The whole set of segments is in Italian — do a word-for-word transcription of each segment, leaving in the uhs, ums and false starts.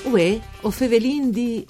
Uè, o fevelin di...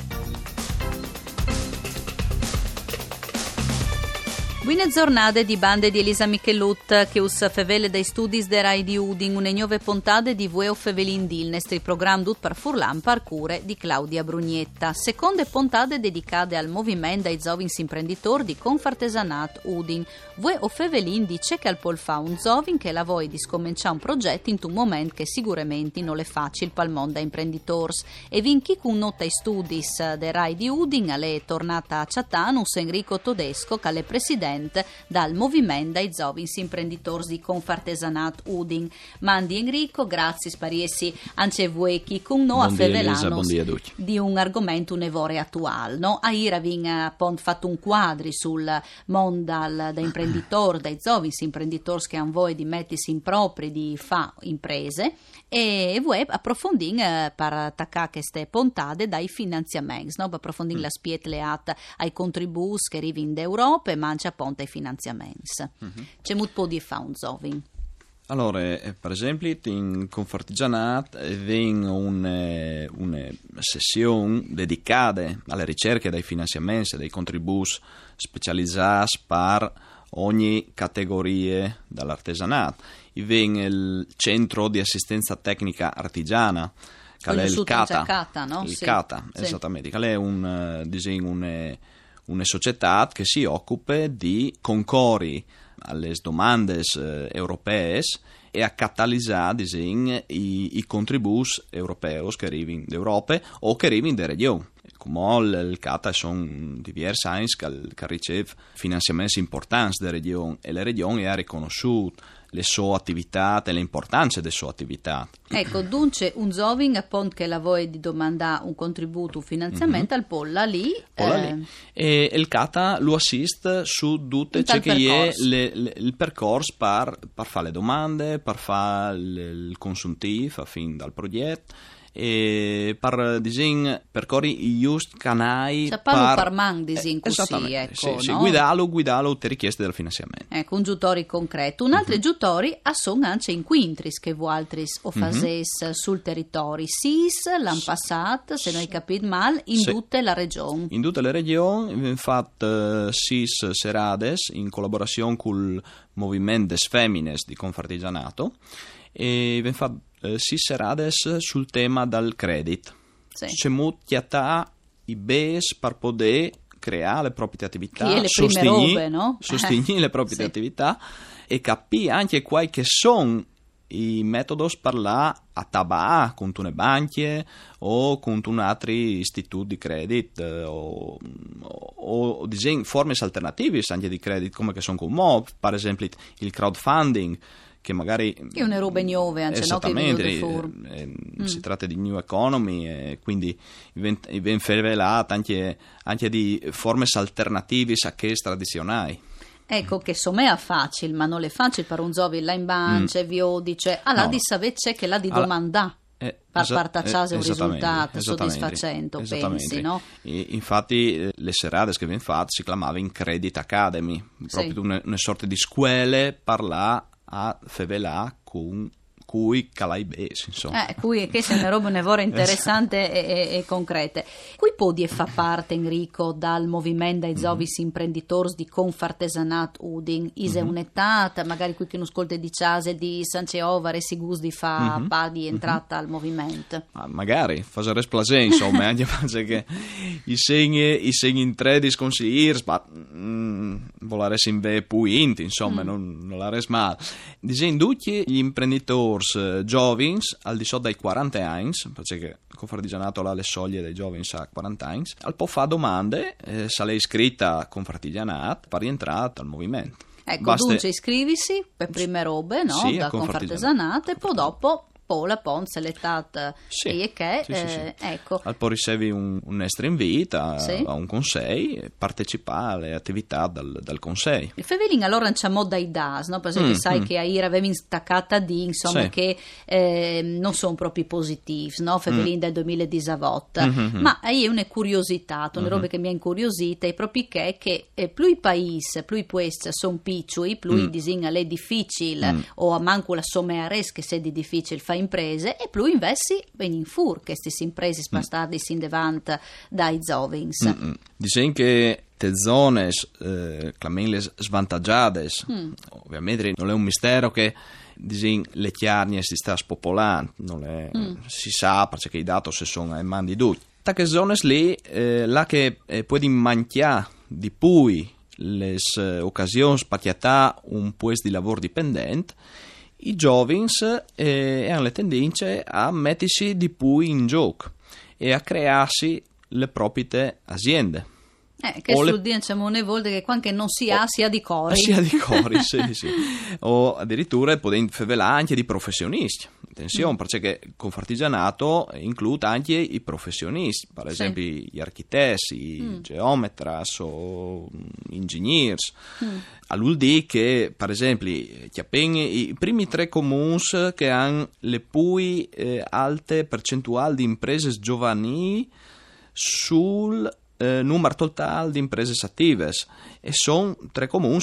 Buone giornate di bande di Elisa Michelut che us fevele dai studi de Rai di Udin, une nuove puntate di Vue o Fevelin Dil, nestri program dut par Furlan par cure di Claudia Brugnetta. Seconde puntate dedicate al movimento dai zovins imprenditori di Confartesanat Udin. Vue o Fevelin dice che al pol fa un zovin che la voi di scominciare un progetto in un momento che sicuramente non è facile pal mondo da imprenditori. E vinchi con nota ai studi de Rai di Udin, alle tornata a Ciatanus Enrico Todesco, che è presidente dal movimento dai zovins imprenditori di Confartesanat Udin. Mandi Enrico, grazie spariessi anche voi chi con noi a fevelano di un argomento un'evore attuale, no? A Ira vin appunto fatto un quadri sul mondo da imprenditori, dai zovins imprenditori che hanno voi di mettersi in propri di fa imprese e voi approfondin eh, per attaccare queste puntate dai finanziamenti, no? Per approfondire mm. la spiet leata ai contributi che arrivano d'Europa e mancia ponte ai finanziamenti. Mm-hmm. C'è molto po' di fa un zovin. Allora, eh, per esempio, in Confartigianat viene una, una sessione dedicata alle ricerche dei finanziamenti e dei contributi specializzati per ogni categoria dell'artigianato. Viene il centro di assistenza tecnica artigiana, che è il CATA, Cata, no? il sì. CATA, sì. esattamente, che è un disegno, una, una società che si occupa di concorri alle domande eh, europee e a catalizzare disegno, i, i contributi europei che arrivano d'Europa o che arrivano da regioni. Come il CATA sono diversi anni che, che riceve finanziamenti importanti da regioni e le regioni hanno riconosciuto le sue attività e l'importanza delle sue attività. Ecco, dunque un zovin appunto che la voi di domandare un contributo, un finanziamento mm-hmm. al polla lì, polla eh, lì. E il CATA lo assiste su tutte ciò che è le, le, il percorso per, per fare le domande, per fare il consuntivo fin dal progetto e per disegno percorri just canai cioè parlo per man disegno eh, così, ecco, sì, no? sì, guidalo, guidalo te richieste del finanziamento. Ecco, un giutori concreto. Un altro mm-hmm. giutori a son anche in quintris che vualtris o fases mm-hmm. sul territorio. Sis l'anno passato, se non hai capito male, in sì. tutte le regioni. In tutte le regioni, infatti uh, Sis Serades in collaborazione con il movimento des Femines di Confartigianato e infatti si serades sul tema del credit. Sì. C'è molta i bes per poter creare le proprie attività, le sostenere no? le proprie sì. attività e capire anche quali che sono i metodi per la a tabà con le banche o con altri istituti di credit o, o, o disegni, forme alternative anche di credit come che sono come per esempio il crowdfunding che magari è una roba nuova anche esattamente no? che eh, mm. si tratta di new economy e quindi viene rivelata anche, anche di forme alternative a che tradizionali. Ecco che insomma è facile, ma non è facile per un zovin là in banca, mm. vi dice, alla no. di sapere che la di domanda. Eh, per esa- partacciare eh, un risultato soddisfacente, pensi, no? E, infatti le serate che vengono fatte si chiamava in Credit Academy, proprio sì. una, una sorta di scuole per la a fevelà con cui calai bes, insomma. Eh, cui che è una roba un'evora interessante e, e, e concrete. Qui podi fa parte Enrico dal movimento dai zovis mm-hmm. imprenditori di Confartesanat Udin, ise mm-hmm. un'età, magari qui che non ascolta di Ciase di Sanceovare si gusti fa mm-hmm. pa di entrata mm-hmm. al movimento. Ma magari fa resplasè, insomma, anche perché i segni i segni in tre di sconsigliers, ma mm, volare in ve puinti, insomma, mm. non, non la res male. Disegno tutti gli imprenditori giovins al di sotto dai quaranta anni, perché Confartigianato ha le soglie dei giovins a quaranta anni, al può fare domande eh, se l'è iscritta a Confartigianato per rientrare al movimento. Ecco, Basta... dunque iscrivisi per prime robe, no? Sì, da Confartigianato e poi dopo poi la Ponce l'età sì, e che sì, sì, eh, sì. ecco al poi ricevi un, un estro invito a, sì. a un consiglio e partecipa alle attività del, del consiglio. Il Fevelin allora non c'è moda i D A S, no? Perché mm, sai mm. che a Ira avevi staccata di insomma sì. che eh, non sono proprio positivi, no? Fevelin mm. del duemiladiciotto, mm-hmm. ma è una curiosità, una mm-hmm. roba che mi ha incuriosita, è proprio che, che eh, più i paesi, più i paesi sono piccoli, più mm. i disegni è difficile mm. o a manco la sommeares che se di difficile fa imprese e più investi in fur che queste imprese spastardi mm. in davanti dai giovins. Mm-mm. Diciamo che te zone eh, le svantaggiate, mm. ovviamente non è un mistero che diciamo, le chiarnie si sta spopolando, non è, mm. si sa perché i dati si sono in mano di tutti. Da che zone lì, eh, là che eh, puoi mangiare di più le eh, occasioni per un posto di lavoro dipendente, i giovani eh, hanno le tendenze a mettersi di più in gioco e a crearsi le proprie aziende. Eh, che sul le... diciamo una volta che quando non si ha, o... si ha di cori. Si ha di cori, sì, sì. O addirittura potete favelare anche di professionisti. Attenzione, mm. perché con l'artigianato include anche i professionisti, per esempio sì. gli architetti, mm. i geometras o ingegneri. Mm. Allora dire che, per esempio, i primi tre comuni che hanno le più eh, alte percentuali di imprese giovanili sul Eh, numero totale di imprese attive e sono tre comuni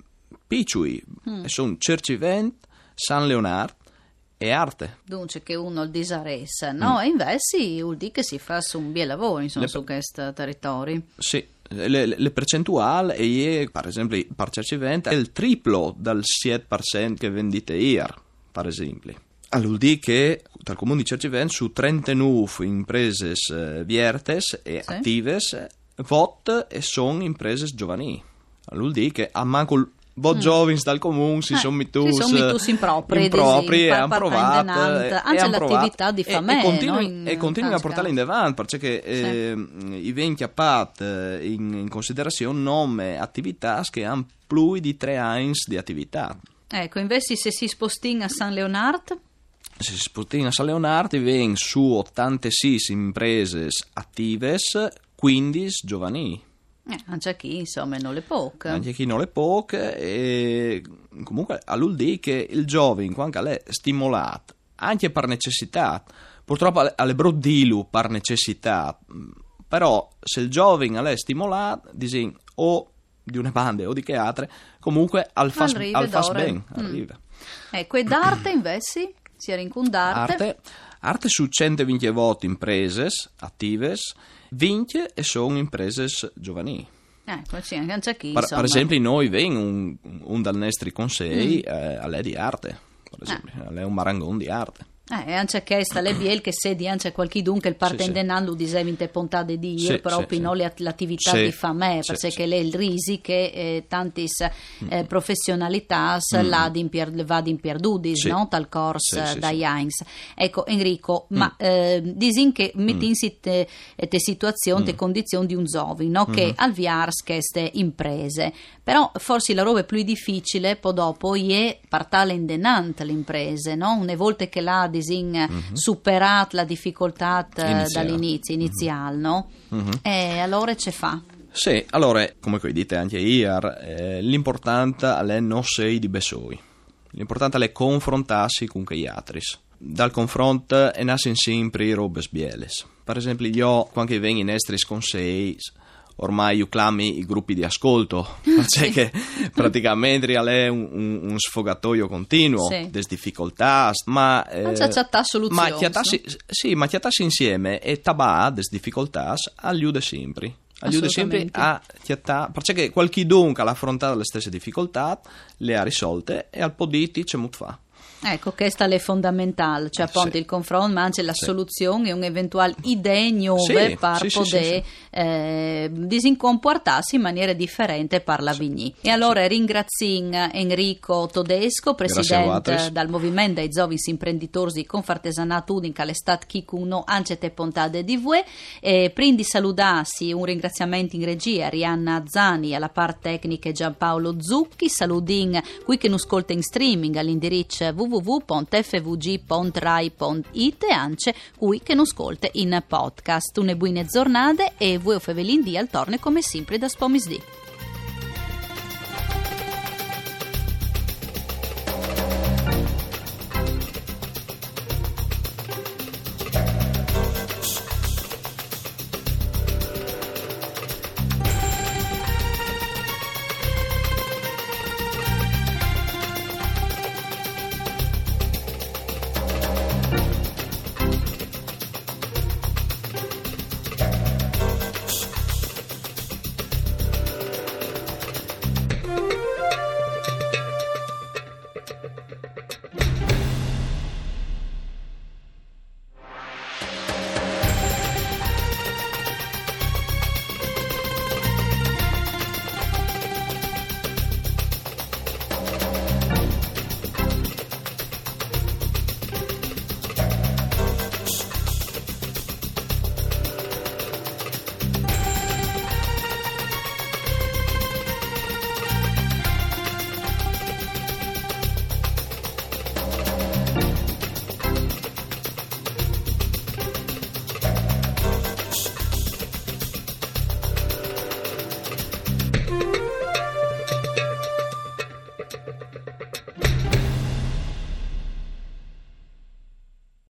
piccoli mm. e sono Cercivent, San Leonardo e Arte. Dunque che uno il disaressa, no? Mm. E invece vuol dire che si fa un bel lavoro insomma, le, su questo territorio. Sì, le, le percentuali è, per esempio per Cercivent è il triplo del sette per cento che vendite ieri, per esempio. Allora dire che dal comune di Cercivent su trentanove imprese eh, viertes e sì. attives vot e sono imprese giovanili. Allora dire che a manco voi mm. giovani dal comune si eh, sono mettuti si sono mettuti in propri, in propri e hanno provato anche l'attività di famiglia e, e continuano no? continu a portarla in avanti perché eh, sì. i venti appat in, in considerazione nome attività che hanno più di tre anni di attività. Ecco, invece se si spostina a San Leonardo se si spostina a San Leonardo viene su ottantasei imprese attive, quindici giovanili. Eh, anche chi insomma non le poche. Anche chi non le poche e comunque all'U D che il giovane quando è stimolato anche per necessità, purtroppo alle brodilu per necessità, però se il giovane è stimolato, disin, o di una banda o di che altre, comunque al fas, al fas ben, arriva. Mm. Ecco, e d'arte invece? Si era in d'arte. Arte, arte su centoventi voti imprese attive, venti e sono imprese giovanili. Ecco, sì, anche chi, per, per esempio noi vengono un, un dal nostri consigli mm. eh, a lei di arte, per esempio, ah. a lei è un marangon di arte. Eh, anche questa le biel che se di anche qualche dunque il partendenando sì, sì. disevinte pontate di sì, proprio sì, no, sì. l'attività sì, di famè sì, perché sì. le il risi che eh, tantis eh, mm. professionalità mm. la d'impier, va d'impierdudis sì. no? Tal corso sì, sì, da Jains sì. Ecco Enrico mm. ma eh, disin che mettinsi mm. te, te situazioni mm. te condizioni di un zovi no? che mm. al viars queste imprese però forse la roba è più difficile poi dopo è partale indenante le imprese no? Una volta che la disin mm-hmm. superat la difficoltà Iniziale. dall'inizio iniziale, mm-hmm. no? Mm-hmm. E allora ce fa? Sì, allora, come dite anche ieri, eh, l'importante è non sei di besoi. L'importante è confrontarsi con gli altri. Dal confronto è nascono sempre robe bieles. Per esempio, io, quando vengo in esteri consigli, ormai io clami i gruppi di ascolto perché sì. praticamente è un, un, un sfogatoio continuo sì. delle difficoltà ma eh, ma soluzioni ma chiatassi, sì ma chiatassi insieme e tabà delle difficoltà aiuta sempre aiuta sempre a chiattare perché qualche dunque all'affrontare le stesse difficoltà le ha risolte e al poditi c'è molto fa. Ecco, questa è fondamentale, cioè appunto sì. il confronto, ma anche la sì. soluzione e un'eventuale idea nuove sì, per sì, poter sì, sì. eh, disincomportarsi in maniera differente per la Vigny. Sì. E allora sì. ringrazio Enrico Todesco, presidente dal Movimento dei Giovani Imprenditori di Confartesanato Udin, all'estate Chicuno, anche te pontate di voi. E prima di salutarsi, un ringraziamento in regia a Rianna Zani, alla parte tecnica Giampaolo Zucchi, saludin qui che non ascolta in streaming all'indirizzo w w w punto f v g punto rai punto it e anche qui che non ascolta in podcast. Une buone giornate e voi o Fevelin di al torne come sempre da Spomisdì.